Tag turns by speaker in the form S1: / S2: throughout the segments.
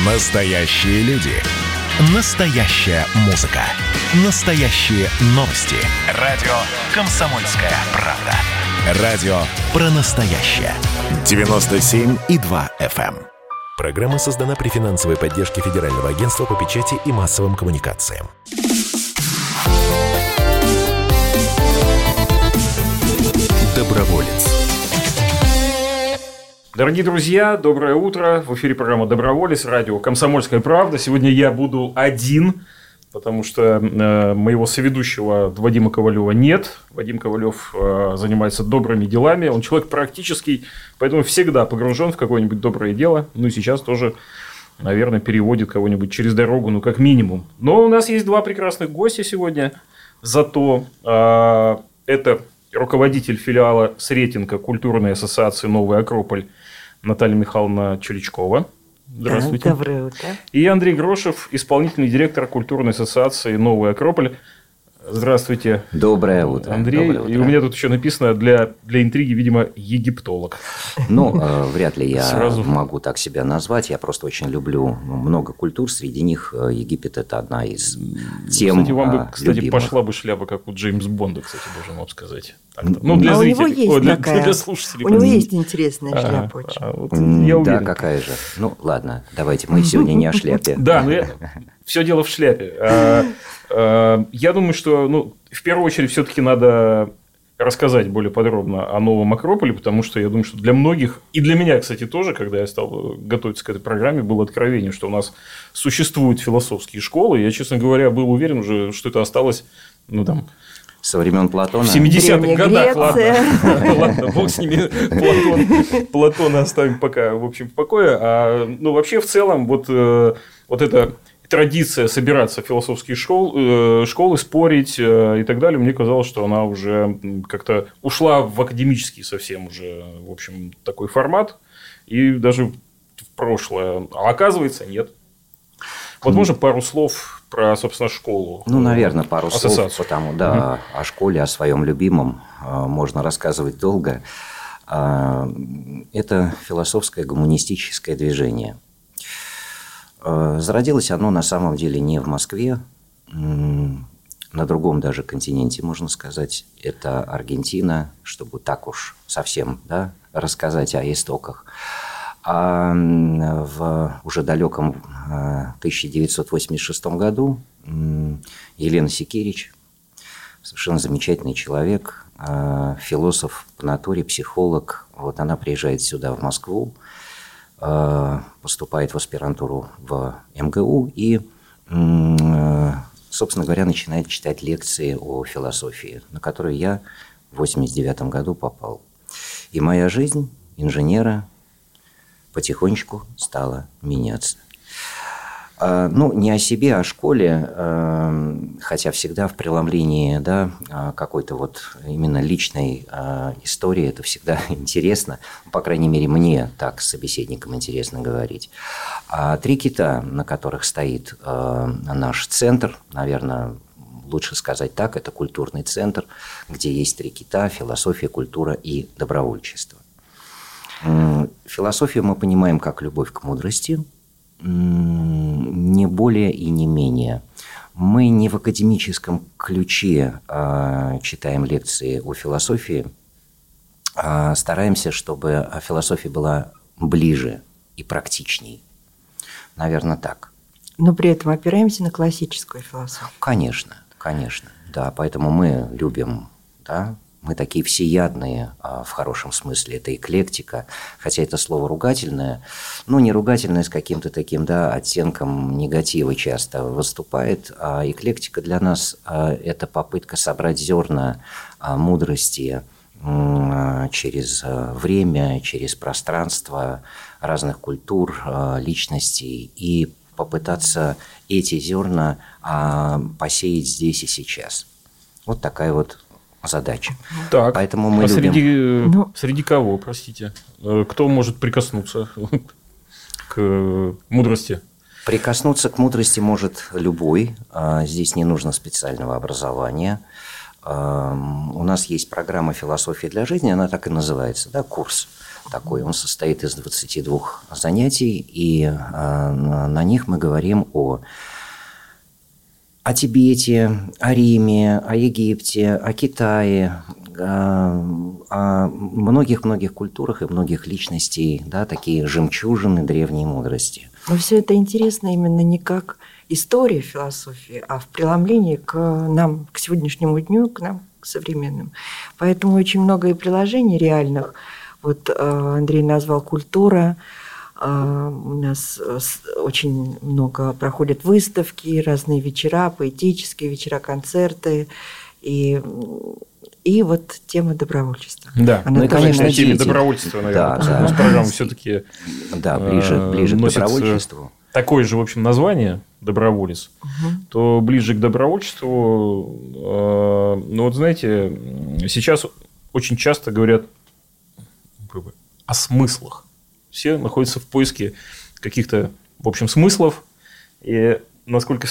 S1: Настоящие люди. Настоящая музыка. Настоящие новости. Радио «Комсомольская правда». Радио про настоящее. 97,2 FM. Программа создана при финансовой поддержке Федерального агентства по печати и массовым коммуникациям. Доброволец.
S2: Дорогие друзья, доброе утро. В эфире программа «Доброволец», радио «Комсомольская правда». Сегодня я буду один, потому что моего соведущего Вадима Ковалева нет. Вадим Ковалев занимается добрыми делами. Он человек практический, поэтому всегда погружен в какое-нибудь доброе дело. Ну и сейчас тоже, наверное, переводит кого-нибудь через дорогу, ну как минимум. Но у нас есть два прекрасных гостя сегодня. Зато это руководитель филиала Сретенка культурной ассоциации «Новый Акрополь» Наталья Михайловна Чуличкова. Здравствуйте.
S3: Доброе утро.
S2: И Андрей Грошев, исполнительный директор культурной ассоциации «Новый Акрополь». Здравствуйте.
S4: Доброе утро.
S2: Андрей.
S4: Доброе утро.
S2: И у меня тут еще написано для интриги, видимо, египтолог.
S4: Ну, вряд ли я
S2: Сразу
S4: могу так себя назвать. Я просто очень люблю много культур. Среди них Египет – это одна из тем
S2: Кстати, вам бы,
S4: любимых.
S2: пошла бы шляпа, как у Джеймса Бонда, кстати, должен вам сказать. Ну, для
S3: у него
S2: зрителей.
S3: есть
S2: Для
S3: такая.
S2: слушателей.
S3: У него есть интересная шляпа очень.
S2: Вот я уверен.
S4: Да, какая же. Ну, ладно, давайте мы сегодня не о шляпе.
S2: Да, но все дело в шляпе. Я думаю, что в первую очередь все-таки надо рассказать более подробно о Новом Акрополе, потому что я думаю, что для многих, и для меня, кстати, тоже, когда я стал готовиться к этой программе, было откровение, что у нас существуют философские школы. Я, честно говоря, был уверен уже, что это осталось,
S4: Со времен Платона.
S2: в 70-х годах.
S3: Греция.
S2: Ладно, бог с ними. Платона оставим пока, в общем, в покое. Вообще, в целом, вот эта традиция собираться в философские школы, спорить и так далее, мне казалось, что она уже как-то ушла в академический совсем уже, в общем, такой формат. И даже в прошлое. А оказывается, нет. Вот можно пару слов про, собственно, школу?
S4: Ну, наверное, пару
S2: ассоциацию.
S4: слов, потому да, о школе, о своем любимом можно рассказывать долго. Это философское гуманистическое движение. Зародилось оно на самом деле не в Москве, на другом даже континенте, можно сказать. Это Аргентина, чтобы так уж совсем рассказать о истоках. А в уже далеком 1986 году Елена Секирич, совершенно замечательный человек, философ по натуре, психолог, вот она приезжает сюда, в Москву, поступает в аспирантуру в МГУ и, собственно говоря, начинает читать лекции о философии, на которые я в 1989 году попал. И моя жизнь инженера потихонечку стала меняться. Не о себе, а о школе, хотя всегда в преломлении какой-то вот именно личной истории это всегда интересно. По крайней мере, мне так с собеседником интересно говорить. А 3 кита, на которых стоит наш центр, наверное, лучше сказать так, это культурный центр, где есть 3 кита – философия, культура и добровольчество. Философию мы понимаем как любовь к мудрости, не более и не менее. Мы не в академическом ключе читаем лекции о философии, а стараемся, чтобы философия была ближе и практичней. Наверное, так.
S3: Но при этом опираемся на классическую философию.
S4: Конечно, да. Поэтому мы любим, мы такие всеядные, в хорошем смысле, это эклектика, хотя это слово ругательное, но не ругательное с каким-то таким, оттенком негатива часто выступает, а эклектика для нас – это попытка собрать зерна мудрости через время, через пространство разных культур, личностей и попытаться эти зерна посеять здесь и сейчас. Вот такая вот задача.
S2: Так,
S4: поэтому мы любим...
S2: среди кого, простите? Кто может прикоснуться к мудрости?
S4: Прикоснуться к мудрости может любой. Здесь не нужно специального образования. у нас есть программа «Философия для жизни», она так и называется, да, курс такой. Он состоит из 22 занятий, и на них мы говорим о Тибете, о Риме, о Египте, о Китае, о многих-многих культурах и многих личностей, да, такие жемчужины древней мудрости.
S3: Но все это интересно именно не как история философии, а в преломлении к нам, к сегодняшнему дню, к нам, к современным. Поэтому очень много и приложений реальных. Вот Андрей назвал культура. У нас очень много проходят выставки, разные вечера, поэтические вечера, концерты. И вот тема добровольчества.
S2: Да,
S4: ну и, конечно,
S2: теме добровольчества, наверное.
S4: Да,
S2: у нас программа все-таки
S4: ближе к добровольчеству.
S2: Такое же, в общем, название «доброволец», то ближе к добровольчеству. Ну, вот знаете, сейчас очень часто говорят о смыслах. Все находятся в поиске каких-то, в общем, смыслов. И насколько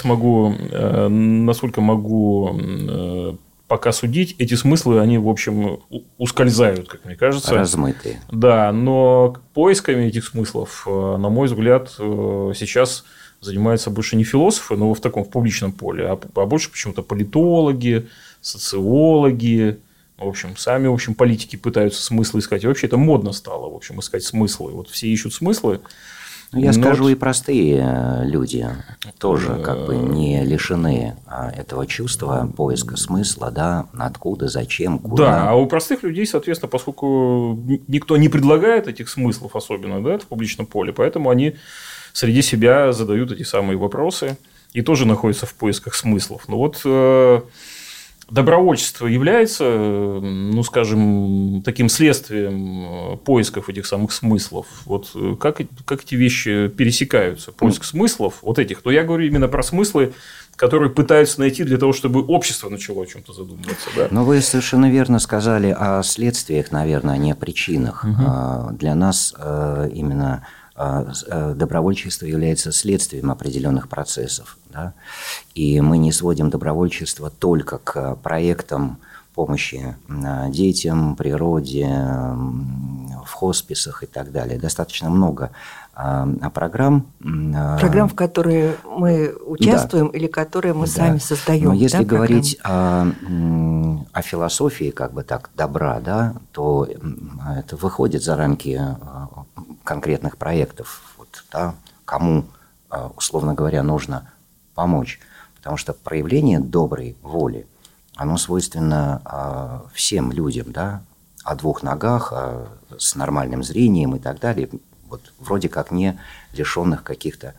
S2: могу пока судить, эти смыслы, они, в общем, ускользают, как мне кажется.
S4: Размытые.
S2: Да, но поисками этих смыслов, на мой взгляд, сейчас занимаются больше не философы, но в таком в публичном поле, а больше почему-то политологи, социологи. В общем, сами, в общем, политики пытаются смыслы искать. И вообще это модно стало, в общем, искать смыслы. Вот все ищут смыслы.
S4: Я скажу, и простые люди тоже как бы не лишены этого чувства поиска смысла, да, откуда, зачем, куда.
S2: Да, а у простых людей, соответственно, поскольку никто не предлагает этих смыслов особенно, да, в публичном поле, поэтому они среди себя задают эти самые вопросы и тоже находятся в поисках смыслов. Но вот добровольчество является, ну, скажем, таким следствием поисков этих самых смыслов. Вот как эти вещи пересекаются? Поиск смыслов, вот этих. Но я говорю именно про смыслы, которые пытаются найти для того, чтобы общество начало о чем-то задумываться. Да?
S4: Но вы совершенно верно сказали о следствиях, наверное, а не о причинах. Для нас именно добровольчество является следствием определенных процессов. Да? И мы не сводим добровольчество только к проектам помощи детям, природе, в хосписах и так далее. Достаточно много программ.
S3: Программ, в которые мы участвуем, да, или которые мы сами создаем.
S4: Но если говорить о философии, как бы так, добра, да, то это выходит за рамки конкретных проектов. Вот, да, кому, условно говоря, нужно помочь. Потому что проявление доброй воли, оно свойственно всем людям, да, о двух ногах, с нормальным зрением и так далее. Вот, вроде как не лишенных каких-то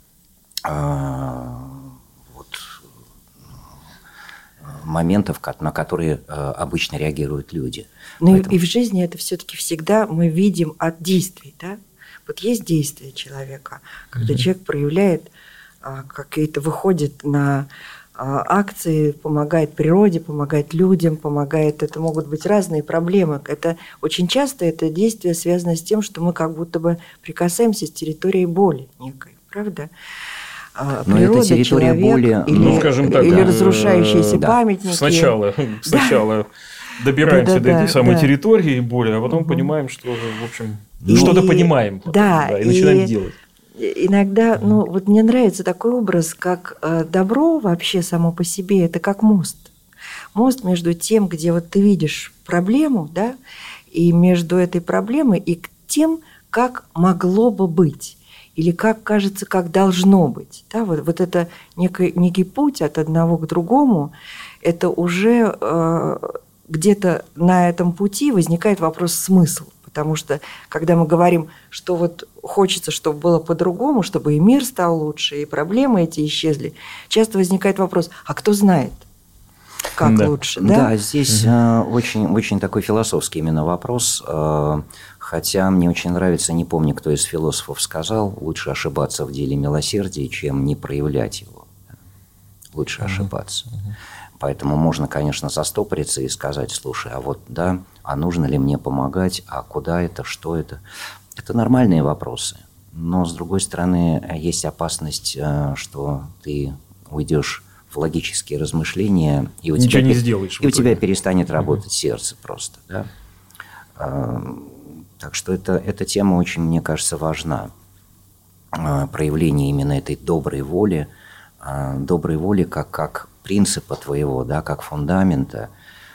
S4: моментов, на которые обычно реагируют люди.
S3: Но поэтому... и в жизни это все-таки всегда мы видим от действий. Да? Вот есть действие человека, когда человек проявляет какие-то, выходит на акции, помогает природе, помогает людям, помогает. Это могут быть разные проблемы. Это очень часто это действие связано с тем, что мы как будто бы прикасаемся с территорией боли некой, правда?
S4: Но природа, это территория
S3: человек,
S4: боли,
S3: или,
S2: ну, скажем так,
S3: или разрушающиеся памятники.
S2: Сначала добираемся до этой самой территории боли, а потом понимаем, что, в общем, что-то понимаем. Потом, и начинаем делать.
S3: Иногда, ну, вот мне нравится такой образ, как добро вообще само по себе, это как мост. Мост между тем, где вот ты видишь проблему, да, и между этой проблемой и тем, как могло бы быть, или как кажется, как должно быть. Да, вот это некий путь от одного к другому, это уже где-то на этом пути возникает вопрос смысла. Потому что, когда мы говорим, что вот хочется, чтобы было по-другому, чтобы и мир стал лучше, и проблемы эти исчезли, часто возникает вопрос, а кто знает, как лучше? Да,
S4: да, здесь очень такой философский именно вопрос, хотя мне очень нравится, не помню, кто из философов сказал, лучше ошибаться в деле милосердия, чем не проявлять его. Лучше ошибаться. Поэтому можно, конечно, застопориться и сказать, слушай, а вот, да, а нужно ли мне помогать, а куда это, что это? Это нормальные вопросы. Но, с другой стороны, есть опасность, что ты уйдешь в логические размышления, и у
S2: Ничего
S4: тебя,
S2: не сделаешь.
S4: и у тебя перестанет работать сердце просто. Да? Так что эта тема очень, мне кажется, важна. Проявление именно этой доброй воли как принципа твоего, да, как фундамента.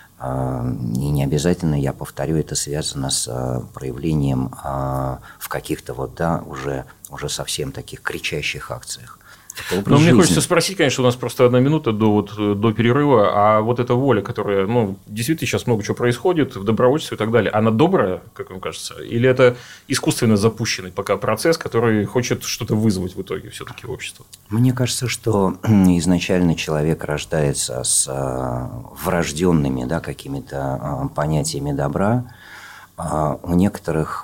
S4: И не обязательно, я повторю, это связано с проявлением в каких-то уже совсем таких кричащих акциях.
S2: Но мне хочется спросить, конечно, у нас просто 1 минута до перерыва, а вот эта воля, которая, действительно сейчас много чего происходит в добровольчестве и так далее, она добрая, как вам кажется, или это искусственно запущенный пока процесс, который хочет что-то вызвать в итоге все-таки в общество?
S4: Мне кажется, что изначально человек рождается с врожденными, да, какими-то понятиями добра. У некоторых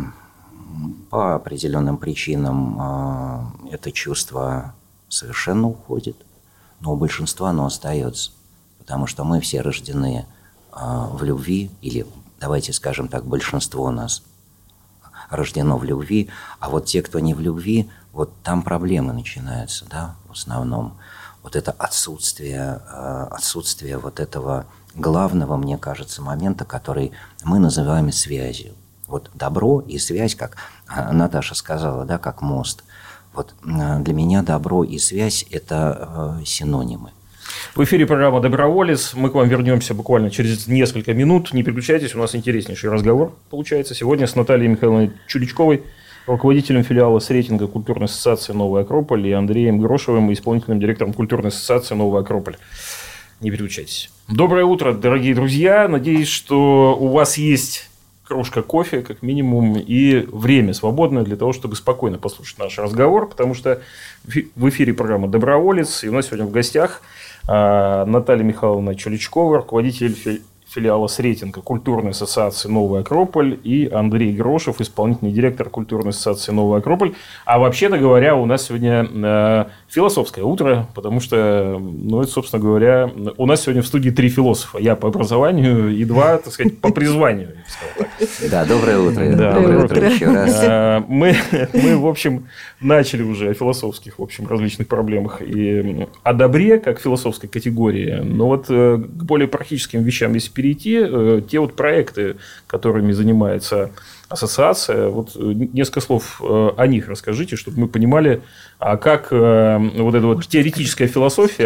S4: по определенным причинам это чувство совершенно уходит, но у большинства оно остается, потому что мы все рождены в любви, или, давайте скажем так, большинство нас рождено в любви, а вот те, кто не в любви, вот там проблемы начинаются, да, в основном. Вот это отсутствие вот этого главного, мне кажется, момента, который мы называем связью. Вот добро и связь, как Наташа сказала, да, как мост. Вот для меня добро и связь – это синонимы.
S2: В эфире программа «Доброволец». Мы к вам вернемся буквально через несколько минут. Не переключайтесь, у нас интереснейший разговор получается сегодня с Натальей Михайловной Чуличковой, руководителем филиала с рейтинга культурной ассоциации «Новая Акрополь», и Андреем Грошевым, исполнительным директором культурной ассоциации «Новая Акрополь». Не переключайтесь. Доброе утро, дорогие друзья. Надеюсь, что у вас есть кружка кофе, как минимум, и время свободное для того, чтобы спокойно послушать наш разговор, потому что в эфире программа «Доброволец», и у нас сегодня в гостях Наталья Михайловна Чуличкова, руководитель филиала с рейтинга культурной ассоциации «Новая Акрополь», и Андрей Грошев, исполнительный директор культурной ассоциации «Новая Акрополь». А вообще-то говоря, у нас сегодня философское утро, потому что, это, собственно говоря, у нас сегодня в студии 3 философа. Я по образованию и 2, так сказать, по призванию.
S4: Да, доброе утро. Доброе утро еще раз.
S2: Мы, в общем, начали уже о философских, в общем, различных проблемах и о добре, как философской категории. Но вот к более практическим вещам, если перейти, те вот проекты, которыми занимается ассоциация, вот несколько слов о них расскажите, чтобы мы понимали, как вот эта вот теоретическая философия,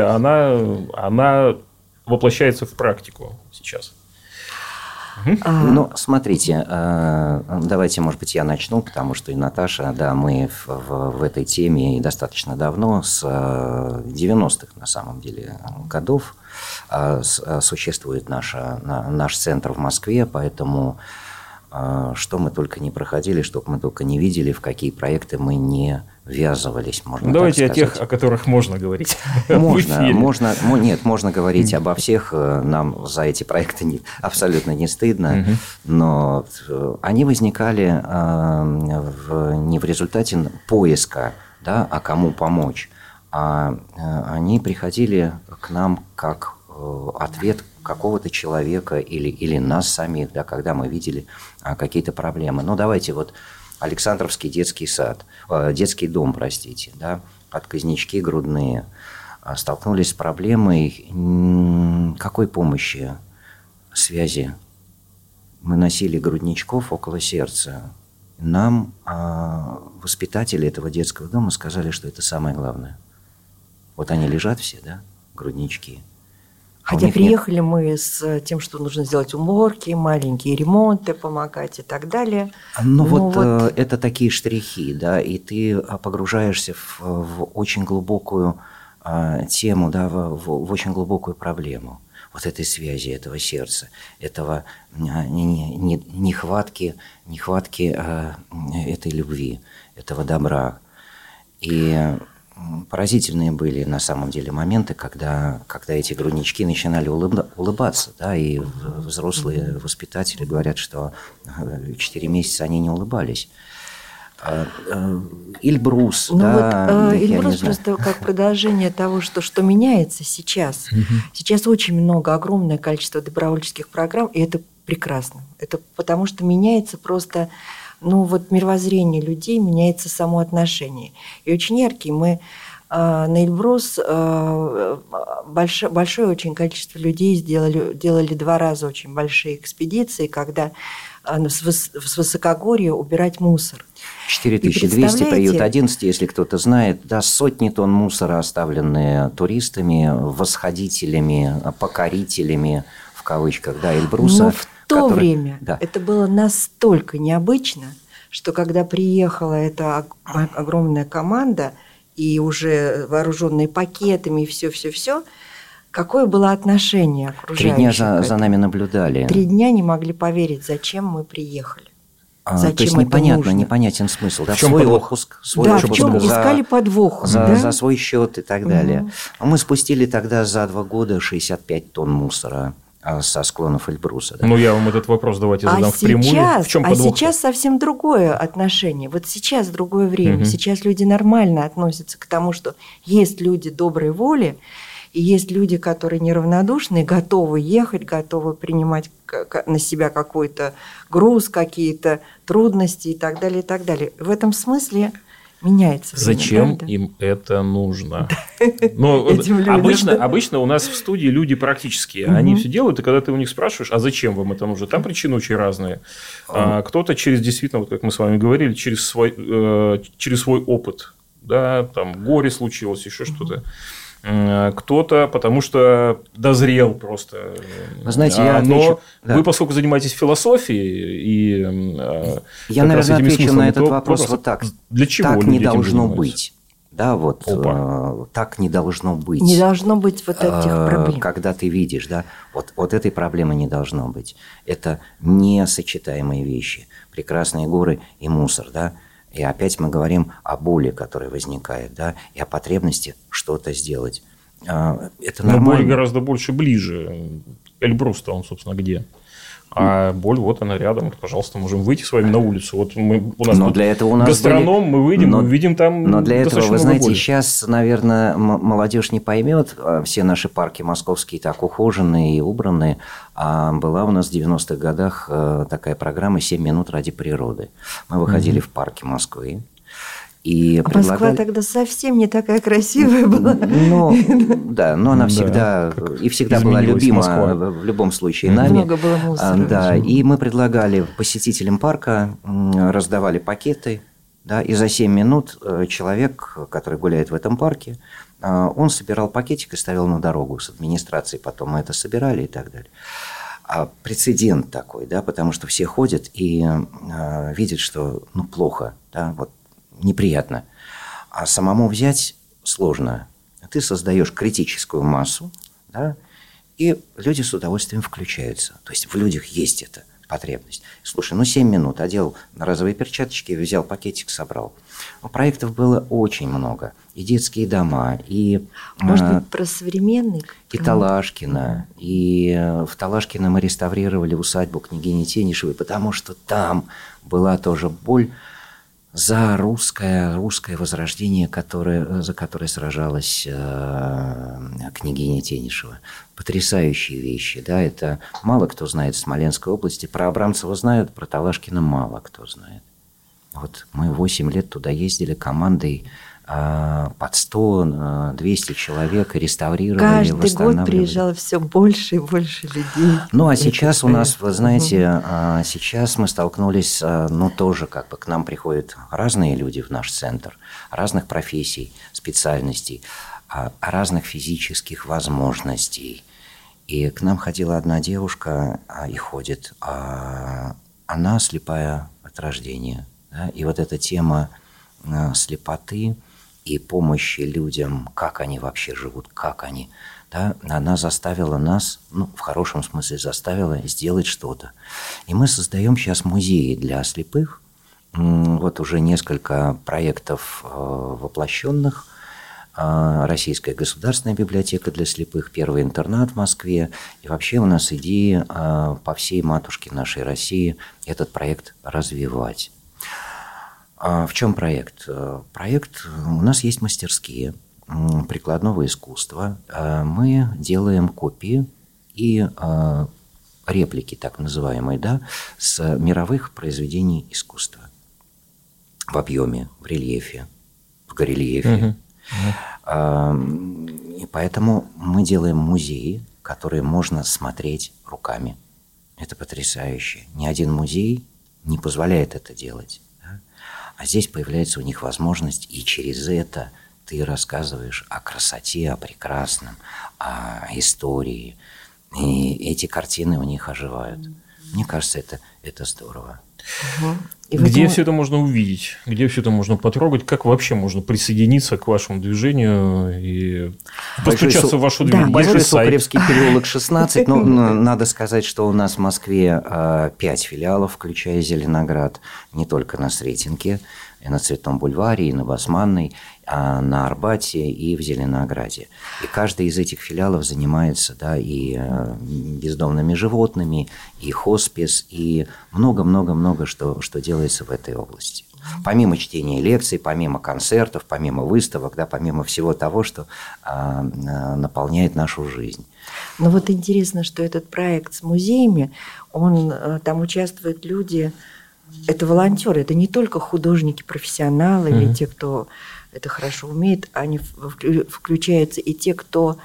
S2: она воплощается в практику сейчас.
S4: Ну, смотрите, давайте, может быть, я начну, потому что и Наташа, да, мы в этой теме достаточно давно, с 90-х, на самом деле, годов, существует наш центр в Москве, поэтому что мы только не проходили, что мы только не видели, в какие проекты мы не ввязывались, можно
S2: Давайте
S4: так сказать.
S2: о тех, о которых можно говорить.
S4: Можно говорить обо всех. Нам за эти проекты абсолютно не стыдно. Но они возникали не в результате поиска, да, а кому помочь. А они приходили к нам как ответ какого-то человека или нас самих, да, когда мы видели какие-то проблемы. Ну, давайте вот Александровский детский дом, простите, да, отказнички грудные столкнулись с проблемой какой помощи, связи. Мы носили грудничков около сердца. Нам воспитатели этого детского дома сказали, что это самое главное. Вот они лежат все, да, груднички.
S3: Хотя приехали мы с тем, что нужно сделать уборки, маленькие ремонты, помогать и так далее.
S4: Это такие штрихи, да, и ты погружаешься в очень глубокую тему, да, в очень глубокую проблему вот этой связи, этого сердца, этого нехватки этой любви, этого добра. И поразительные были на самом деле моменты, когда эти груднички начинали улыбаться, да, и взрослые воспитатели говорят, что 4 месяца они не улыбались. Эльбрус,
S3: Эльбрус просто как продолжение того, что меняется сейчас. Сейчас очень много, огромное количество добровольческих программ, и это прекрасно. Это потому что меняется просто мировоззрение людей, меняется само отношение. И очень яркий мы на Эльбрус большое очень количество людей делали 2 раза очень большие экспедиции, когда с высокогорья убирать мусор.
S4: 4200, приют 11, если кто-то знает, да, сотни тонн мусора, оставленные туристами, восходителями, покорителями, в кавычках, да, Эльбруса.
S3: Но в то время это было настолько необычно, что когда приехала эта огромная команда, и уже вооруженные пакетами, и все, какое было отношение окружающих?
S4: 3 дня за нами наблюдали.
S3: 3 дня не могли поверить, зачем мы приехали.
S4: То есть непонятен смысл. Да?
S2: В чем
S4: свой
S2: подвох?
S4: отпуск.
S3: В чем искали подвох.
S4: За свой счет и так далее. Мы спустили тогда за 2 года 65 тонн мусора со склонов Эльбруса. Да?
S2: Ну, я вам этот вопрос давайте задам впрямую. В чем подвох?
S3: А сейчас совсем другое отношение. Вот сейчас другое время. Сейчас люди нормально относятся к тому, что есть люди доброй воли, и есть люди, которые неравнодушны, готовы ехать, готовы принимать на себя какой-то груз, какие-то трудности и так далее, и так далее. В этом смысле меняется время.
S2: Зачем им это нужно? Но обычно у нас в студии люди практические. Они все делают, и когда ты у них спрашиваешь, а зачем вам это нужно? Там причины очень разные. Кто-то через действительно, вот как мы с вами говорили, через свой опыт. Да, там горе случилось, еще что-то. Кто-то, потому что дозрел просто.
S4: Вы знаете, я отвечу,
S2: вы, поскольку занимаетесь философией и
S4: я, наверное, отвечу на этот вопрос вот так.
S2: Для чего
S4: так
S2: люди
S4: не
S2: этим
S4: должно
S2: занимаются?
S4: быть. Да, вот так не должно быть.
S3: Не должно быть вот этих проблем.
S4: Когда ты видишь, да, вот этой проблемы не должно быть. Это несочетаемые вещи. Прекрасные горы и мусор, да. И опять мы говорим о боли, которая возникает, да, и о потребности что-то сделать. Это нормально.
S2: Но боль гораздо больше ближе. Эльбрус-то он, собственно, где? А боль, вот она рядом. Пожалуйста, можем выйти с вами на улицу. Вот у нас
S4: для этого у нас
S2: гастроном, мы выйдем, мы увидим там.
S4: Но для этого, вы знаете,
S2: боли.
S4: сейчас, наверное, молодежь не поймет. Все наши парки московские так ухоженные и убранные. А была у нас в 90-х годах такая программа «7 минут ради природы». Мы выходили в парки Москвы. И
S3: Москва тогда совсем не такая красивая была.
S4: Но она всегда была любима
S2: Москва.
S4: в любом случае нами.
S3: Много было мусора.
S4: Да, и мы предлагали посетителям парка, раздавали пакеты, да, и за 7 минут человек, который гуляет в этом парке, он собирал пакетик и ставил на дорогу с администрацией, потом мы это собирали и так далее. Прецедент такой, да, потому что все ходят и видят, что плохо, да, вот неприятно. А самому взять сложно. Ты создаешь критическую массу, да, и люди с удовольствием включаются. То есть в людях есть эта потребность. Слушай, 7 минут, одел разовые перчаточки, взял пакетик, собрал. Проектов было очень много. И детские дома, и...
S3: Может быть, про современный?
S4: И Талашкино. И в Талашкино мы реставрировали усадьбу княгини Тенишевой, потому что там была тоже боль за русское возрождение, за которое сражалась княгиня Тенишева. Потрясающие вещи. Да? Это мало кто знает в Смоленской области. Про Абрамцева знают, про Талашкина мало кто знает. Вот мы 8 лет туда ездили командой под 100-200 человек, реставрировали, восстанавливали.
S3: Каждый год приезжало все больше и больше людей.
S4: А сейчас у нас, вы знаете, сейчас мы столкнулись, тоже как бы к нам приходят разные люди в наш центр, разных профессий, специальностей, разных физических возможностей. И к нам ходила одна девушка, и ходит, она слепая от рождения. Да? И вот эта тема слепоты и помощи людям, как они вообще живут, как они, да, она заставила нас, в хорошем смысле заставила сделать что-то. И мы создаем сейчас музеи для слепых. Вот уже несколько проектов воплощенных. Российская государственная библиотека для слепых, первый интернат в Москве. И вообще у нас идея по всей матушке нашей России этот проект развивать. В чем проект? Проект, у нас есть мастерские прикладного искусства. Мы делаем копии и реплики, так называемые, да, с мировых произведений искусства. В объеме, в рельефе, в горельефе. И поэтому мы делаем музеи, которые можно смотреть руками. Это потрясающе. Ни один музей не позволяет это делать. Да? А здесь появляется у них возможность, и через это ты рассказываешь о красоте, о прекрасном, о истории. И эти картины у них оживают. Мне кажется, это здорово.
S3: И
S2: Где
S3: этом...
S2: все это можно увидеть? Где все это можно потрогать? Как вообще можно присоединиться к вашему движению и постучаться в вашу дверь?
S4: Большой Сухаревский переулок 16. Ну, надо сказать, что у нас в Москве 5 филиалов, включая Зеленоград. Не только на Сретенке, и на Цветном бульваре, и на Басманной, а на Арбате и в Зеленограде. И каждый из этих филиалов занимается, да, и бездомными животными, и хоспис, и много-много-много что делается в этой области. Помимо чтения лекций, помимо концертов, помимо выставок, да, помимо всего того, что наполняет нашу жизнь.
S3: Но вот интересно, что этот проект с музеями, там участвуют люди, это волонтеры, это не только художники, профессионалы или те, кто это хорошо умеет, они включаются и те, кто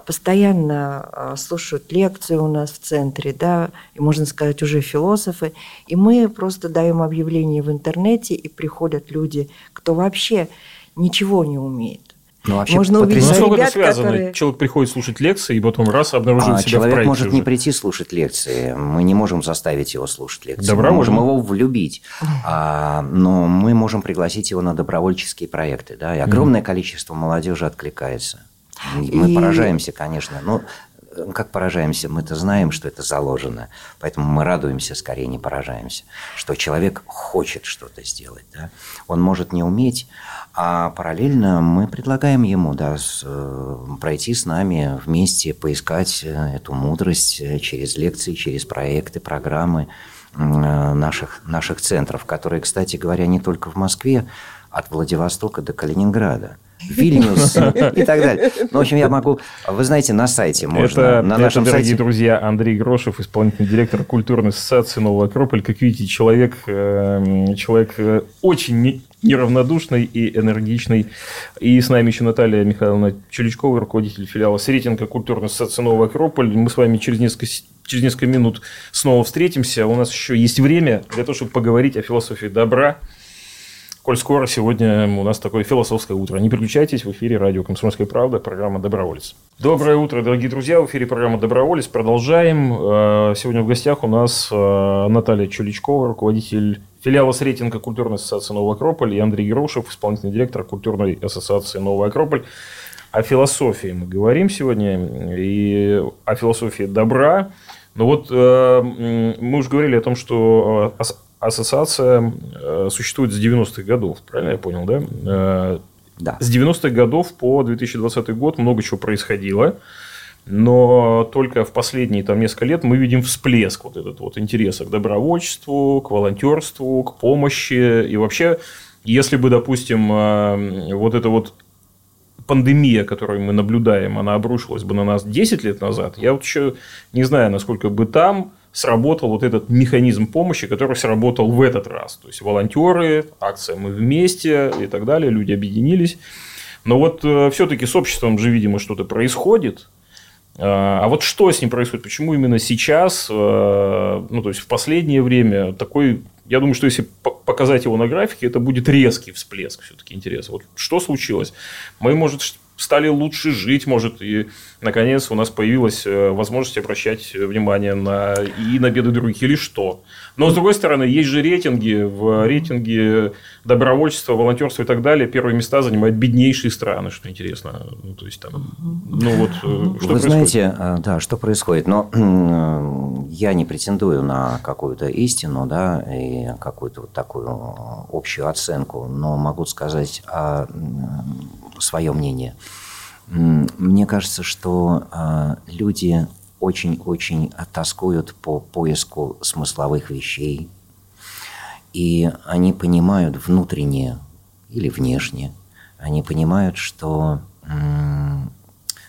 S3: постоянно слушают лекции у нас в центре, да, и, можно сказать, уже философы. И мы просто даем объявление в интернете, и приходят люди, кто вообще ничего не умеет.
S4: Ну, вообще
S3: можно увидеть
S2: насколько
S3: ребят,
S2: это связано?
S3: которые...
S2: Человек приходит слушать лекции, и потом раз обнаружил себя в
S4: человек
S2: проекте
S4: может
S2: уже.
S4: не прийти слушать лекции. Мы не можем заставить его слушать лекции.
S2: Добровольно.
S4: Мы можем его влюбить. Но мы можем пригласить его на добровольческие проекты. Да? И огромное количество молодежи откликается. Мы поражаемся, конечно. Но как поражаемся? Мы-то знаем, что это заложено. Поэтому мы радуемся, скорее не поражаемся. Что человек хочет что-то сделать. Да? Он может не уметь, а параллельно мы предлагаем ему, да, пройти с нами вместе, поискать эту мудрость через лекции, через проекты, программы наших центров, которые, кстати говоря, не только в Москве, от Владивостока до Калининграда, Вильнюс и так далее. Ну, в общем, я могу... Вы знаете, на сайте можно... на нашем
S2: дорогие
S4: сайте...
S2: друзья, Андрей Грошев, исполнительный директор культурной ассоциации «Новый Акрополь». Как видите, человек очень неравнодушный и энергичный. И с нами еще Наталья Михайловна Чуличкова, руководитель филиала Сретенка культурной ассоциации «Новый Акрополь». Мы с вами через несколько минут снова встретимся. У нас еще есть время для того, чтобы поговорить о философии добра. Коль скоро сегодня у нас такое философское утро. Не переключайтесь, в эфире радио «Комсомольская правда», программа «Доброволец». Доброе утро, дорогие друзья, в эфире программа «Доброволец». Продолжаем. Сегодня в гостях у нас Наталья Чуличкова, руководитель филиала Сретенка культурной ассоциации «Новый Акрополь», и Андрей Грошев, исполнительный директор культурной ассоциации «Новый Акрополь». О философии мы говорим сегодня, и о философии добра. Но вот мы уже говорили о том, что ассоциация существует с 90-х годов, правильно я понял, да?
S4: Да.
S2: С 90-х годов по 2020 год много чего происходило, но только в последние несколько лет мы видим всплеск вот этот вот интереса к добровольчеству, к волонтерству, к помощи. И вообще, если бы, допустим, вот эта вот пандемия, которую мы наблюдаем, она обрушилась бы на нас 10 лет назад, я вот еще не знаю, насколько бы там сработал вот этот механизм помощи, который сработал в этот раз. То есть, волонтеры, акция «Мы вместе» и так далее, люди объединились. Но вот все-таки с обществом же, видимо, что-то происходит. А вот что с ним происходит? Почему именно сейчас, то есть, в последнее время такой... Я думаю, что если показать его на графике, это будет резкий всплеск все-таки интереса. Вот что случилось? Мы, может, стали лучше жить, может, и, наконец, у нас появилась возможность обращать внимание и на беды других, или что. Но, с другой стороны, есть же рейтинги. В рейтинге добровольчества, волонтерства и так далее первые места занимают беднейшие страны, что интересно. То есть, там, что
S4: Вы
S2: происходит?
S4: знаете, да, что происходит. Но я не претендую на какую-то истину, да, и какую-то вот такую общую оценку, но могу сказать свое мнение. Мне кажется, что люди очень-очень тоскуют по поиску смысловых вещей, и они понимают внутренне или внешне, они понимают, что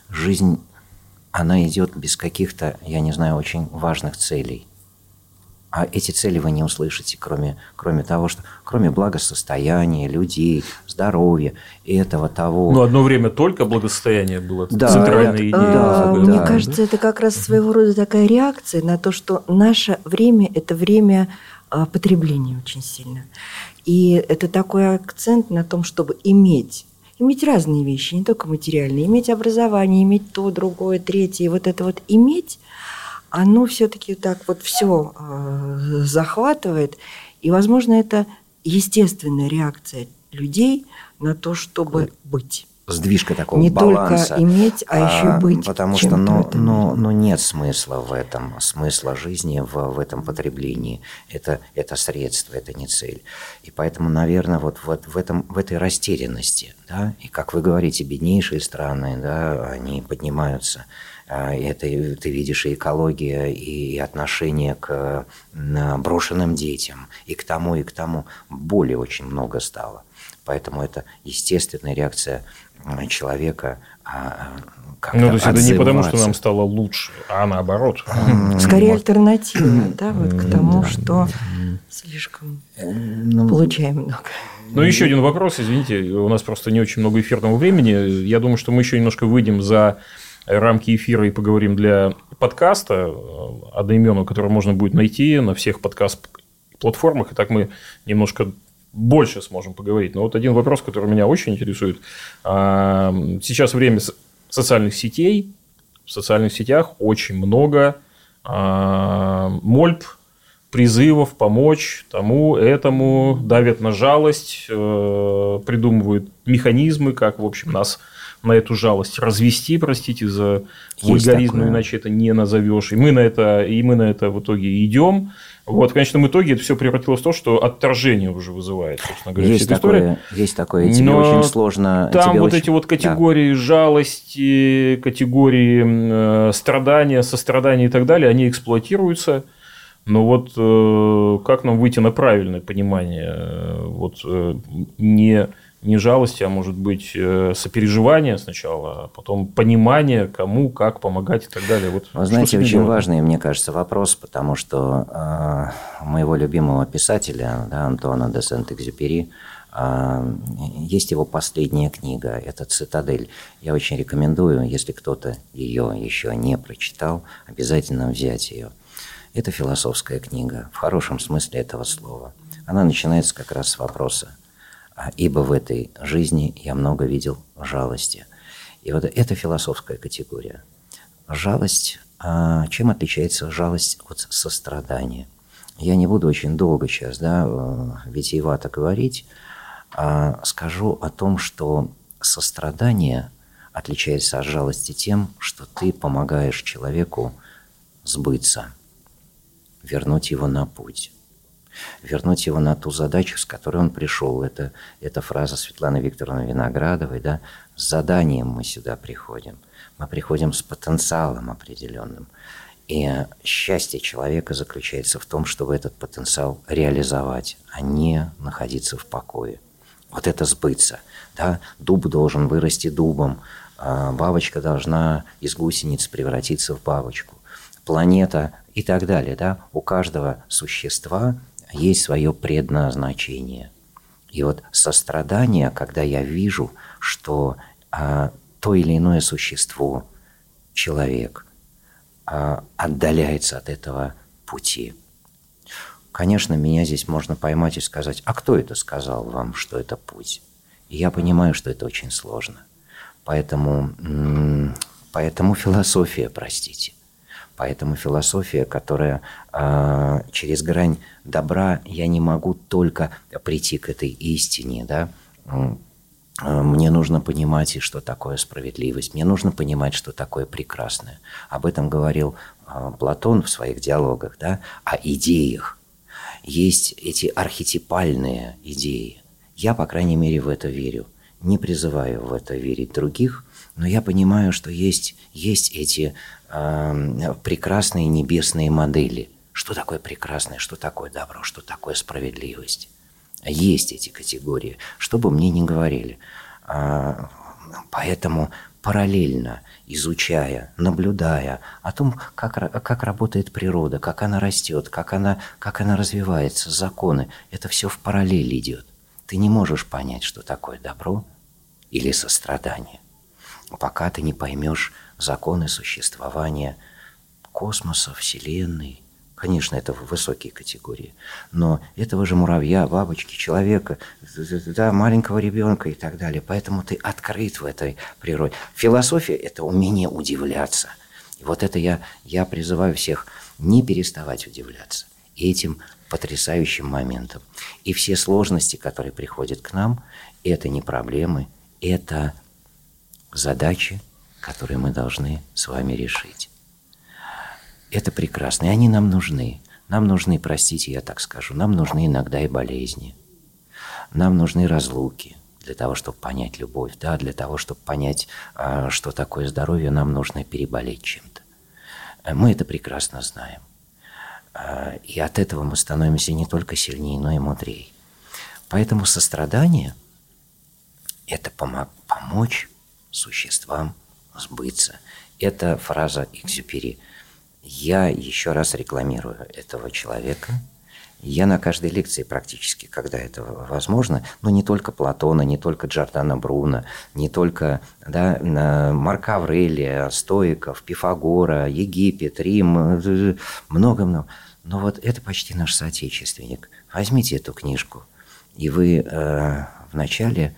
S4: жизнь, она идет без каких-то, я не знаю, очень важных целей. А эти цели вы не услышите, кроме того, что кроме благосостояния людей, здоровья, этого, того.
S2: Ну, одно время только благосостояние было центральной идеей.
S3: Мне кажется, это как раз своего рода такая реакция на то, что наше время – это время потребления очень сильно. И это такой акцент на том, чтобы иметь разные вещи, не только материальные, иметь образование, иметь то, другое, третье. И вот это вот иметь, оно все-таки так вот все захватывает. И, возможно, это естественная реакция людей на то, чтобы быть.
S4: Сдвижка такого
S3: не
S4: баланса.
S3: Не только иметь, а еще быть.
S4: Потому что нет смысла в этом, смысла жизни в этом потреблении. Это средство, это не цель. И поэтому, наверное, вот в этой растерянности, да, и, как вы говорите, беднейшие страны, да, они поднимаются. Это ты видишь и экология, и отношение к брошенным детям, и к тому. Боли очень много стало. Поэтому это естественная реакция человека.
S2: Ну, то есть это не потому, что нам стало лучше, а наоборот.
S3: Скорее альтернатива, да, вот к тому, что слишком получаем много.
S2: Ну, еще один вопрос, извините, у нас просто не очень много эфирного времени. Я думаю, что мы еще немножко выйдем за рамки эфира и поговорим для подкаста одноименного, который можно будет найти на всех подкаст-платформах. И так мы немножко больше сможем поговорить. Но вот один вопрос, который меня очень интересует. Сейчас время социальных сетей. В социальных сетях очень много мольб, призывов помочь тому, этому, давят на жалость, придумывают механизмы, как, в общем, нас на эту жалость развести, простите за вульгаризм, но иначе это не назовешь. И мы на это в итоге идем. Вот, в конечном итоге это все превратилось в то, что отторжение уже вызывает, собственно говоря,
S4: есть такое, есть такое, и тебе
S2: но
S4: очень сложно.
S2: Там вот эти вот категории жалости, категории страдания, сострадания и так далее, они эксплуатируются. Но вот как нам выйти на правильное понимание вот не жалости, а может быть сопереживания сначала, а потом понимание, кому, как помогать и так далее. Вот
S4: вы знаете, очень важный, мне кажется, вопрос, потому что у моего любимого писателя, да, Антуана де Сент-Экзюпери, есть его последняя книга, это «Цитадель». Я очень рекомендую, если кто-то ее еще не прочитал, обязательно взять ее. Это философская книга, в хорошем смысле этого слова. Она начинается как раз с вопроса: «Ибо в этой жизни я много видел жалости». И вот это философская категория. Жалость, чем отличается жалость от сострадания? Я не буду очень долго сейчас, витиевато говорить, скажу о том, что сострадание отличается от жалости тем, что ты помогаешь человеку сбыться, вернуть его на путь. Вернуть его на ту задачу, с которой он пришел. Это фраза Светланы Викторовны Виноградовой. Да? С заданием мы сюда приходим. Мы приходим с потенциалом определенным. И счастье человека заключается в том, чтобы этот потенциал реализовать, а не находиться в покое. Вот это сбыться. Да? Дуб должен вырасти дубом. Бабочка должна из гусениц превратиться в бабочку. Планета и так далее. Да? У каждого существа есть свое предназначение. И вот сострадание, когда я вижу, что то или иное существо, человек, отдаляется от этого пути. Конечно, меня здесь можно поймать и сказать: а кто это сказал вам, что это путь? И я понимаю, что это очень сложно. Поэтому философия, простите. Поэтому философия, которая через грань добра, я не могу только прийти к этой истине, да? Мне нужно понимать, и что такое справедливость, мне нужно понимать, что такое прекрасное. Об этом говорил Платон в своих диалогах, да? О идеях. Есть эти архетипальные идеи. Я, по крайней мере, в это верю. Не призываю в это верить других, но я понимаю, что есть эти прекрасные небесные модели. Что такое прекрасное, что такое добро, что такое справедливость. Есть эти категории, что бы мне ни говорили. Поэтому параллельно изучая, наблюдая о том, как работает природа, как она растет, как она развивается, законы, это все в параллели идет. Ты не можешь понять, что такое добро или сострадание, пока ты не поймешь законы существования космоса, Вселенной. Конечно, это высокие категории, но этого же муравья, бабочки, человека, да, маленького ребенка и так далее. Поэтому ты открыт в этой природе. Философия – это умение удивляться. И вот это я призываю всех не переставать удивляться этим потрясающим моментом. И все сложности, которые приходят к нам, это не проблемы, это задачи, которые мы должны с вами решить. Это прекрасно, и они нам нужны. Нам нужны, простите, я так скажу, нам нужны иногда и болезни. Нам нужны разлуки для того, чтобы понять любовь, да, для того, чтобы понять, что такое здоровье, нам нужно переболеть чем-то. Мы это прекрасно знаем. И от этого мы становимся не только сильнее, но и мудрее. Поэтому сострадание – это помочь существам сбыться. Это фраза Экзюпери. Я еще раз рекламирую этого человека. Я на каждой лекции практически, когда это возможно, но не только Платона, не только Джордано Бруно, не только Марка Аврелия, стоиков, Пифагора, Египет, Рим, много-много. Но вот это почти наш соотечественник. Возьмите эту книжку, и вы вначале,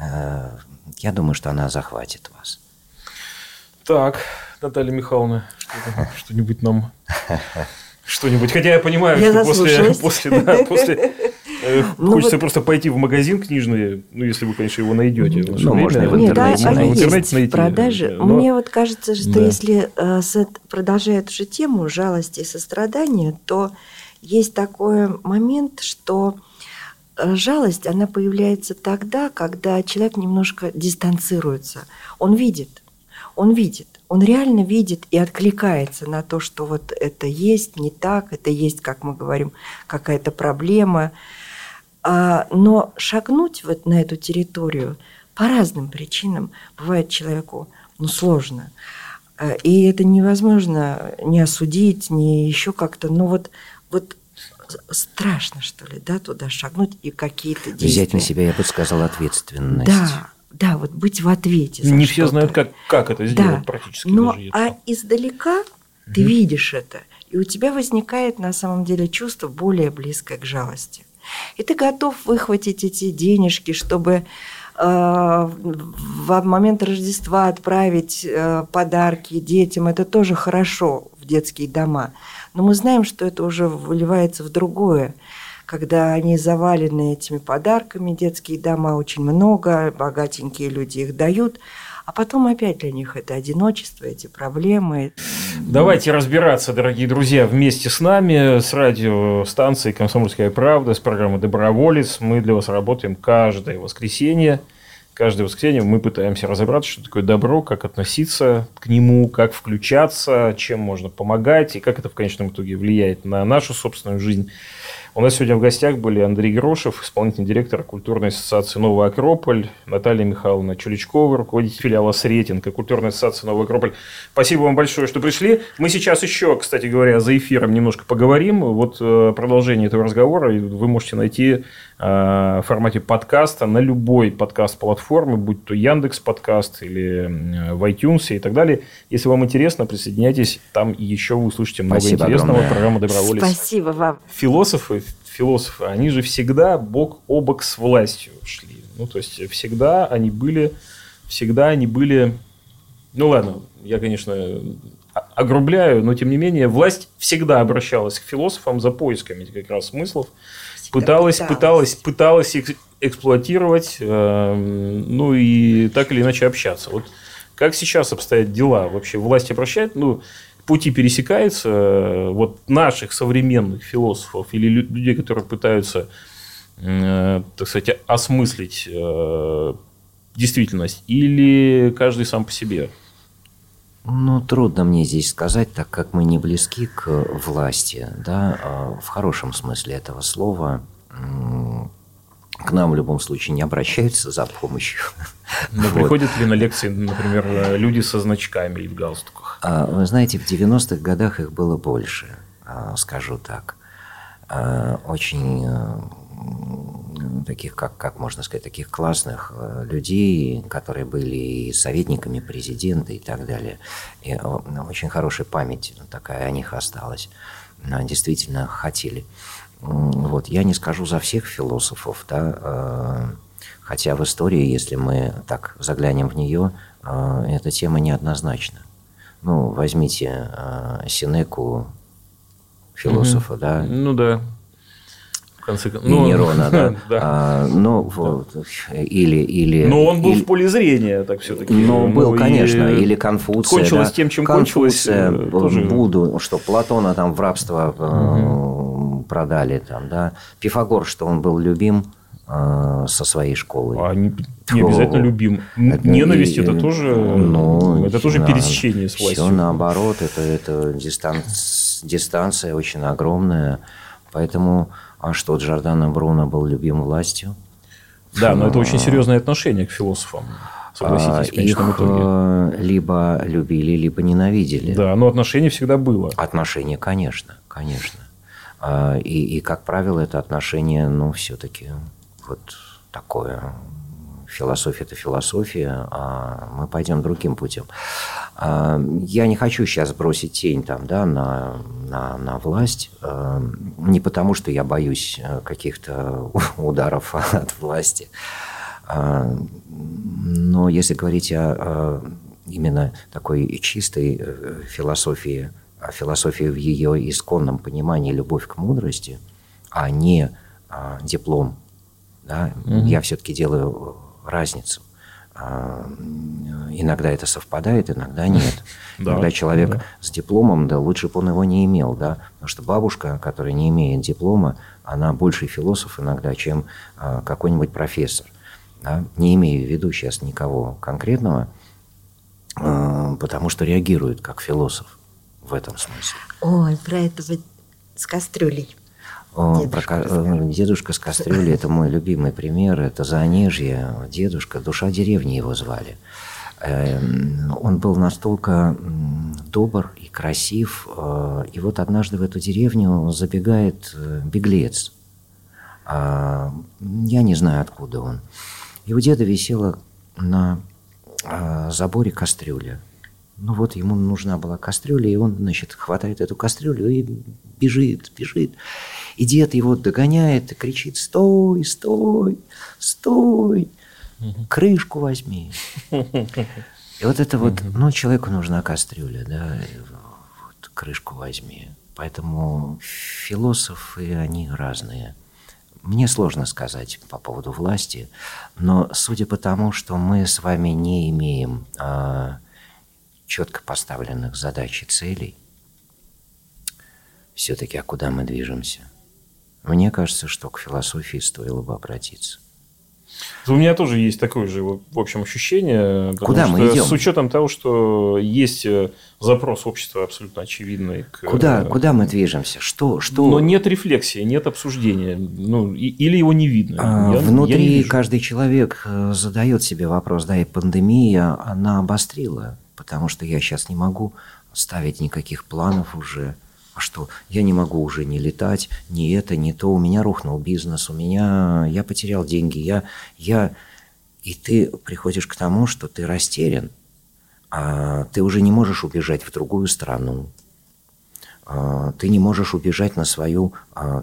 S4: я думаю, что она захватит вас.
S2: Так, Наталья Михайловна, что-нибудь нам... Что-нибудь. Хотя я понимаю, что после хочется просто пойти в магазин книжный, ну, если вы, конечно, его найдете.
S4: Ну, можно и в интернете
S3: найти. В продаже. Мне вот кажется, что если продолжая эту же тему жалости и сострадания, то есть такой момент, что жалость, она появляется тогда, когда человек немножко дистанцируется. Он видит, он реально видит и откликается на то, что вот это есть не так, это есть, как мы говорим, какая-то проблема. Но шагнуть вот на эту территорию по разным причинам бывает человеку сложно. И это невозможно не осудить, не еще как-то, но вот страшно, что ли, да, туда шагнуть и какие-то действия.
S4: Взять на себя, я бы сказал, ответственность.
S3: Да, вот быть в ответе за
S2: не
S3: что-то.
S2: Все знают, как это сделать практически.
S3: Но издалека ты видишь это, и у тебя возникает на самом деле чувство более близкое к жалости. И ты готов выхватить эти денежки, чтобы в момент Рождества отправить подарки детям. Это тоже хорошо в детские дома. Но мы знаем, что это уже выливается в другое. Когда они завалены этими подарками, детские дома очень много, богатенькие люди их дают, а потом опять для них это одиночество, эти проблемы.
S2: Давайте разбираться, дорогие друзья, вместе с нами, с радиостанцией «Комсомольская правда», с программой «Доброволец». Мы для вас работаем каждое воскресенье. Каждое воскресенье мы пытаемся разобраться, что такое добро, как относиться к нему, как включаться, чем можно помогать и как это в конечном итоге влияет на нашу собственную жизнь. У нас сегодня в гостях были Андрей Грошев, исполнительный директор культурной ассоциации «Новый Акрополь», Наталья Михайловна Чуличкова, руководитель филиала Сретенка культурной ассоциации «Новый Акрополь». Спасибо вам большое, что пришли. Мы сейчас еще, кстати говоря, за эфиром немножко поговорим. Вот продолжение этого разговора вы можете найти в формате подкаста на любой подкаст-платформе, будь то Яндекс.Подкаст или в iTunes и так далее. Если вам интересно, присоединяйтесь, там еще вы услышите много интересного. Программа «Доброволец».
S3: Спасибо вам.
S2: Философы, они же всегда бок о бок с властью шли. Ну, то есть, всегда они были... Ну, ладно, я, конечно, огрубляю, но, тем не менее, власть всегда обращалась к философам за поисками как раз смыслов. Пыталась их эксплуатировать, ну, и так или иначе общаться. Вот как сейчас обстоят дела? Вообще власть обращает... Пути пересекаются вот наших современных философов или людей, которые пытаются, так сказать, осмыслить действительность, или каждый сам по себе?
S4: Трудно мне здесь сказать, так как мы не близки к власти, да, в хорошем смысле этого слова. к нам в любом случае не обращаются за помощью.
S2: Но приходят ли на лекции, например, люди со значками и в галстуках?
S4: Вы знаете, в 90-х годах их было больше, скажу так. Очень таких, как можно сказать, таких классных людей, которые были и советниками президента и так далее. И очень хорошая память такая о них осталась. Действительно хотели. Вот. Я не скажу за всех философов, да, хотя в истории, если мы так заглянем в нее, эта тема неоднозначна. Ну, возьмите Сенеку, философа, да.
S2: Ну да. В конце концов.
S4: И Нерона, да.
S2: Да.
S4: Вот, или...
S2: Но он был в поле зрения, так все-таки.
S4: Ну, был, конечно. Или Конфуция.
S2: Кончилось тем, чем кончилось.
S4: Тоже... Буду, что Платона там в рабство продали. Там, да. Пифагор, что он был любим со своей школой.
S2: Не обязательно любим. Ненависть это тоже пересечение с властью.
S4: Все наоборот, это дистанция очень огромная. Поэтому, что Джордано Бруно был любим властью?
S2: Да, но это очень серьезное отношение к философам. Согласитесь, в конечном итоге.
S4: Либо любили, либо ненавидели.
S2: Да, но отношение всегда было.
S4: Отношение, конечно. И, как правило, это отношение, все-таки вот такое. Философия – это философия, а мы пойдем другим путем. Я не хочу сейчас бросить тень там, да, на власть, не потому, что я боюсь каких-то ударов от власти, но если говорить о именно такой чистой философии, философии в ее исконном понимании любовь к мудрости, а не диплом, да, я все-таки делаю разницу. Иногда это совпадает, иногда нет. Иногда человек с дипломом, да лучше бы он его не имел, да, потому что бабушка, которая не имеет диплома, она больше философ иногда, чем какой-нибудь профессор. Да? Не имею в виду сейчас никого конкретного, потому что реагирует как философ в этом смысле.
S3: Ой, про это с кастрюлей.
S4: Дедушка с кастрюлей – это мой любимый пример. Это Заонежье. Дедушка, душа деревни его звали. Он был настолько добр и красив. И вот однажды в эту деревню забегает беглец. Я не знаю, откуда он. И у деда висела на заборе кастрюля. Ну вот ему нужна была кастрюля, и он, значит, хватает эту кастрюлю и бежит. И дед его догоняет и кричит: «Стой, стой, стой, крышку возьми». И вот это вот, человеку нужна кастрюля, да, вот, крышку возьми. Поэтому философы, они разные. Мне сложно сказать по поводу власти, но судя по тому, что мы с вами не имеем четко поставленных задач и целей, все-таки, а куда мы движемся? Мне кажется, что к философии стоило бы обратиться.
S2: У меня тоже есть такое же, в общем, ощущение.
S4: Куда мы идем?
S2: С учетом того, что есть запрос общества абсолютно очевидный.
S4: Куда мы движемся? Что?
S2: Но нет рефлексии, нет обсуждения. Или его не видно.
S4: Внутри каждый человек задает себе вопрос. Да, и пандемия, она обострила. Потому что я сейчас не могу ставить никаких планов уже. А что? Я не могу уже не летать, ни это, ни то. У меня рухнул бизнес, я потерял деньги. И ты приходишь к тому, что ты растерян. Ты уже не можешь убежать в другую страну. Ты не можешь убежать на свою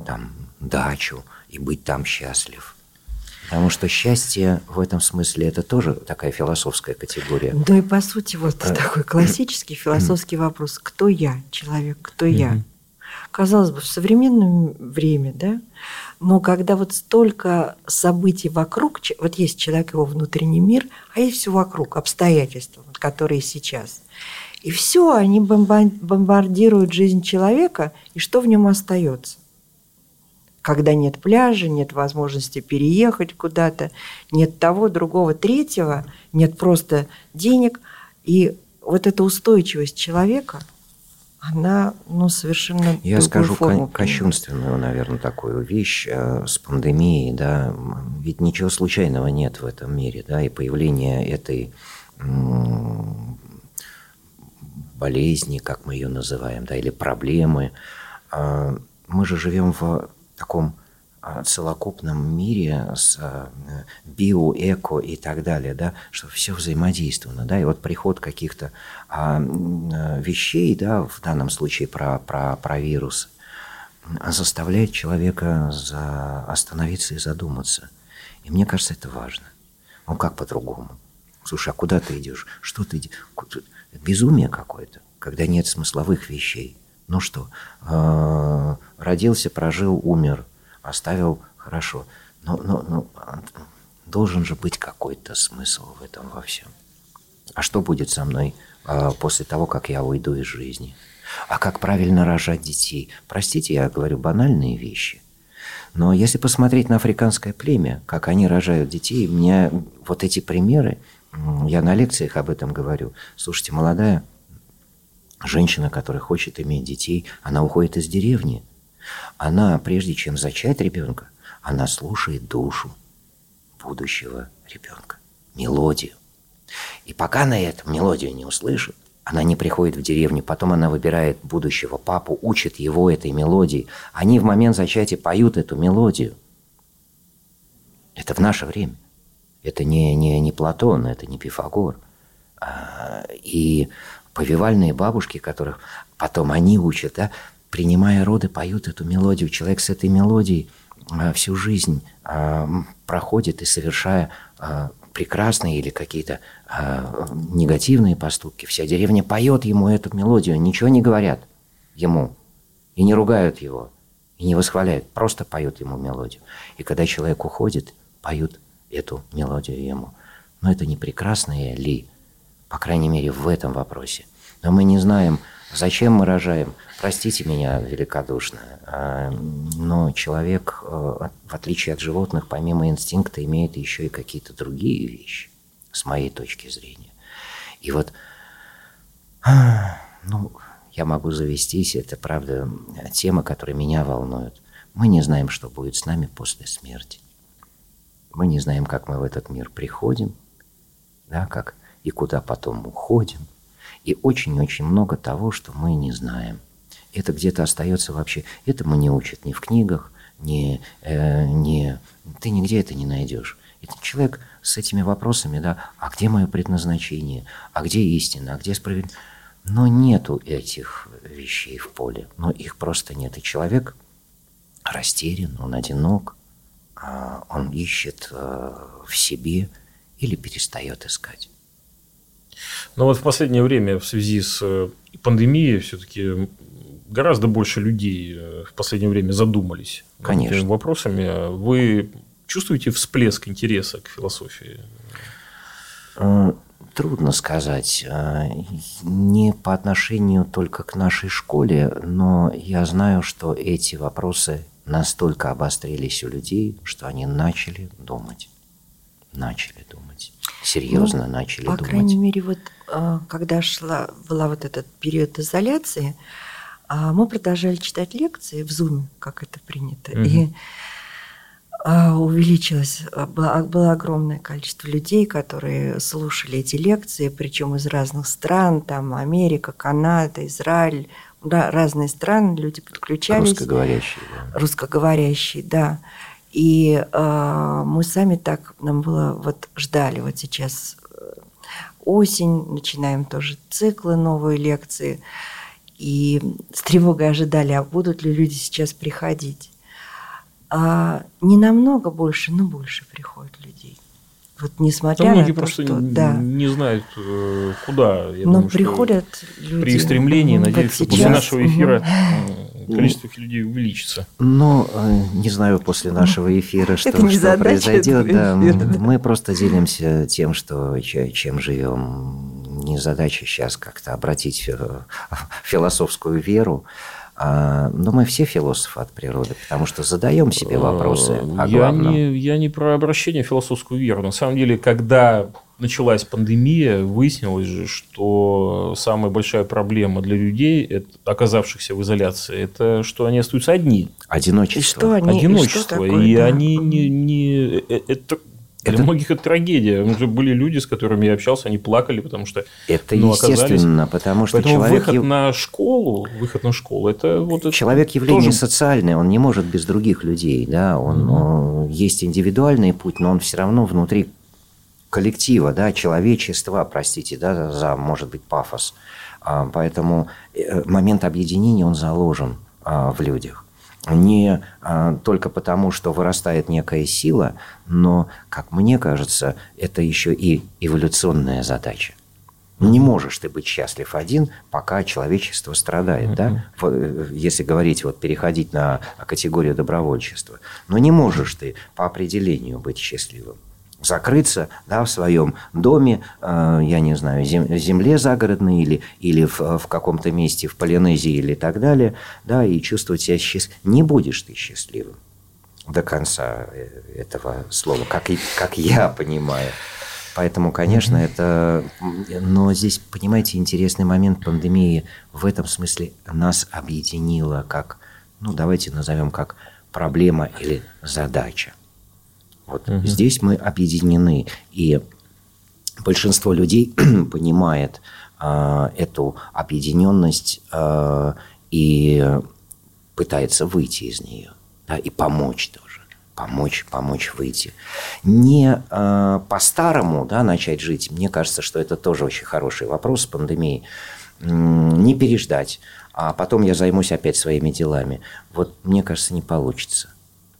S4: дачу и быть там счастлив. Потому что счастье в этом смысле это тоже такая философская категория.
S3: Ну и по сути вот такой классический философский вопрос. Кто я, человек, кто я? Казалось бы, в современное время, да? Но когда вот столько событий вокруг, вот есть человек, его внутренний мир, а есть все вокруг, обстоятельства, которые сейчас. И все, они бомбардируют жизнь человека, и что в нем остается? Когда нет пляжа, нет возможности переехать куда-то, нет того, другого, третьего, нет просто денег. И вот эта устойчивость человека, она, ну, совершенно
S4: Я
S3: другую
S4: скажу
S3: форму
S4: кощунственную, наверное, такую вещь с пандемией, да, ведь ничего случайного нет в этом мире, да, и появление этой болезни, как мы ее называем, да, или проблемы. Мы же живем в таком целокупном мире с био, эко и так далее, да, что все взаимодействовано, да, и вот приход каких-то вещей, да, в данном случае про вирус, заставляет человека остановиться и задуматься. И мне кажется, это важно. Ну, как по-другому? Слушай, а куда ты идешь? Что ты идешь? Безумие какое-то, когда нет смысловых вещей. Ну что, родился, прожил, умер, оставил, хорошо. Но должен же быть какой-то смысл в этом во всем. А что будет со мной после того, как я уйду из жизни? А как правильно рожать детей? Простите, я говорю банальные вещи. Но если посмотреть на африканское племя, как они рожают детей, мне вот эти примеры, я на лекциях об этом говорю. Слушайте, молодая женщина, которая хочет иметь детей, она уходит из деревни. Она, прежде чем зачать ребенка, она слушает душу будущего ребенка, мелодию. И пока она эту мелодию не услышит, она не приходит в деревню, потом она выбирает будущего папу, учит его этой мелодии. Они в момент зачатия поют эту мелодию. Это в наше время. Это не Платон, это не Пифагор. И повивальные бабушки, которых потом они учат, да, принимая роды, поют эту мелодию. Человек с этой мелодией всю жизнь проходит и совершая прекрасные или какие-то негативные поступки. Вся деревня поет ему эту мелодию, ничего не говорят ему, и не ругают его, и не восхваляют, просто поют ему мелодию. И когда человек уходит, поют эту мелодию ему. Но это не прекрасное ли, по крайней мере, в этом вопросе. Но мы не знаем, зачем мы рожаем. Простите меня великодушно, но человек, в отличие от животных, помимо инстинкта, имеет еще и какие-то другие вещи, с моей точки зрения. И вот, ну, я могу завестись, это, правда, тема, которая меня волнует. Мы не знаем, что будет с нами после смерти. Мы не знаем, как мы в этот мир приходим, да, как и куда потом уходим. И очень-очень много того, что мы не знаем. Это где-то остается вообще. Это мы не учат ни в книгах, ты нигде это не найдешь. Это человек с этими вопросами, да, а где мое предназначение, а где истина, а где справедливость? Но нету этих вещей в поле, но их просто нет. И человек растерян, он одинок, он ищет в себе или перестает искать.
S2: Но вот в последнее время в связи с пандемией все-таки гораздо больше людей в последнее время задумались над этими вопросами. Вы чувствуете всплеск интереса к философии?
S4: Трудно сказать. Не по отношению только к нашей школе, но я знаю, что эти вопросы настолько обострились у людей, что они начали думать. Серьезно начали думать.
S3: По крайней мере, вот когда была вот этот период изоляции, мы продолжали читать лекции в Zoom, как это принято. И увеличилось, было огромное количество людей, которые слушали эти лекции, причем из разных стран, там Америка, Канада, Израиль, да, разные страны, люди подключались. Русскоговорящие, да. И мы сами так, нам было, вот ждали, вот сейчас осень, начинаем тоже циклы, новые лекции, и с тревогой ожидали, а будут ли люди сейчас приходить. Не намного больше, но больше приходят людей. Вот несмотря на то,
S2: просто
S3: что...
S2: не знают, куда.
S3: Я думаю, приходят люди.
S2: При стремлении, надеюсь, что после нашего эфира количество людей увеличится.
S4: Ну, не знаю, после нашего эфира, что произойдет. Да, мы просто делимся тем, чем живем. Не задача сейчас как-то обратить философскую веру. Но мы все философы от природы, потому что задаем себе вопросы о главном.
S2: Я не про обращение в философскую веру. На самом деле, когда началась пандемия, выяснилось же, что самая большая проблема для людей, оказавшихся в изоляции, это что они остаются одни.
S4: Одиночество.
S2: Одиночество. И они не... Для многих это трагедия. Уже были люди, с которыми я общался, они плакали, потому что...
S4: Это естественно, потому что
S2: поэтому
S4: человек...
S2: выход на школу, это...
S4: Человек явление социальное, он не может без других людей. Да? Он есть индивидуальный путь, но он все равно внутри коллектива, да, человечества, простите, да, за, может быть, пафос. Поэтому момент объединения, он заложен в людях. Не только потому, что вырастает некая сила, но, как мне кажется, это еще и эволюционная задача. Не можешь ты быть счастлив один, пока человечество страдает, да? Если говорить, переходить на категорию добровольчества. Но не можешь ты по определению быть счастливым. Закрыться, да, в своем доме, я не знаю, земле загородной или в каком-то месте в Полинезии или так далее, да, и чувствовать себя счастливым. Не будешь ты счастливым до конца этого слова, как я понимаю. Поэтому, конечно, это... Но здесь, понимаете, интересный момент пандемии в этом смысле нас объединила как, давайте назовем как проблема или задача. Здесь мы объединены, и большинство людей понимает эту объединенность и пытается выйти из нее, да, и помочь тоже, помочь выйти. Не по-старому, да, начать жить, мне кажется, что это тоже очень хороший вопрос с пандемией, не переждать, а потом я займусь опять своими делами. Мне кажется, не получится.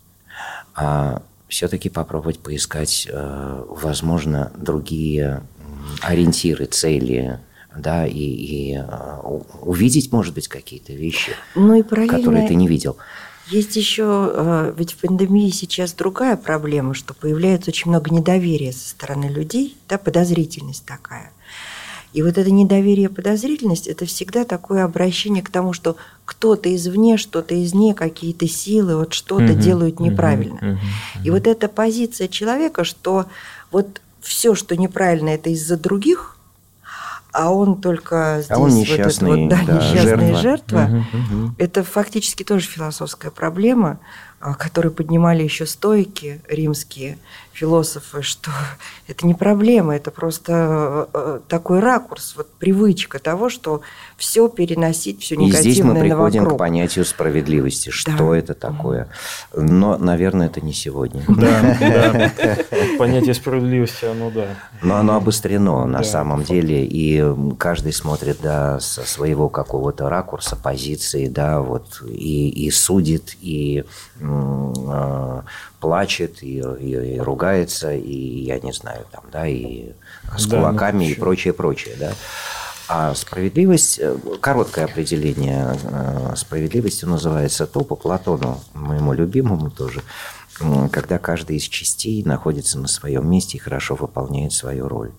S4: Все-таки попробовать поискать, возможно, другие ориентиры, цели, да, и увидеть, может быть, какие-то вещи,
S3: и
S4: которые ты не видел.
S3: Есть еще, ведь в пандемии сейчас другая проблема, что появляется очень много недоверия со стороны людей, да, подозрительность такая. И это недоверие, подозрительность – это всегда такое обращение к тому, что кто-то извне, что-то извне, какие-то силы что-то делают неправильно. И эта позиция человека, что все, что неправильно, это из-за других, а он только здесь
S4: он несчастный,
S3: несчастная жертва. Это фактически тоже философская проблема, которую поднимали еще стоики, римские философы, что это не проблема, это просто такой ракурс, привычка того, что все переносить, все негативное на вокруг.
S4: И здесь мы приходим к понятию справедливости. Что это такое? Но, наверное, это не сегодня.
S2: Да. Понятие справедливости,
S4: Но оно обострено на самом деле, и каждый смотрит, да, со своего какого-то ракурса, позиции, да, и судит, и плачет, и ругается, и, я не знаю, там, да, и с кулаками, и прочее, да. А справедливость, короткое определение справедливости называется то, по Платону, моему любимому тоже, когда каждый из частей находится на своем месте и хорошо выполняет свою роль.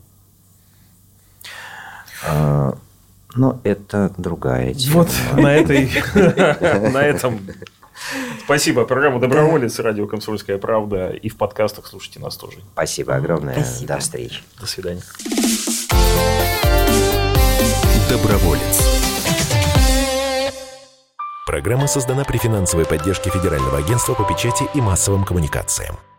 S4: Но это другая тема.
S2: На этом... Спасибо. Программа «Доброволец», радио «Комсомольская правда». И в подкастах слушайте нас тоже.
S4: Спасибо огромное.
S3: Спасибо.
S4: До встречи.
S2: До свидания.
S1: Доброволец. Программа создана при финансовой поддержке Федерального агентства по печати и массовым коммуникациям.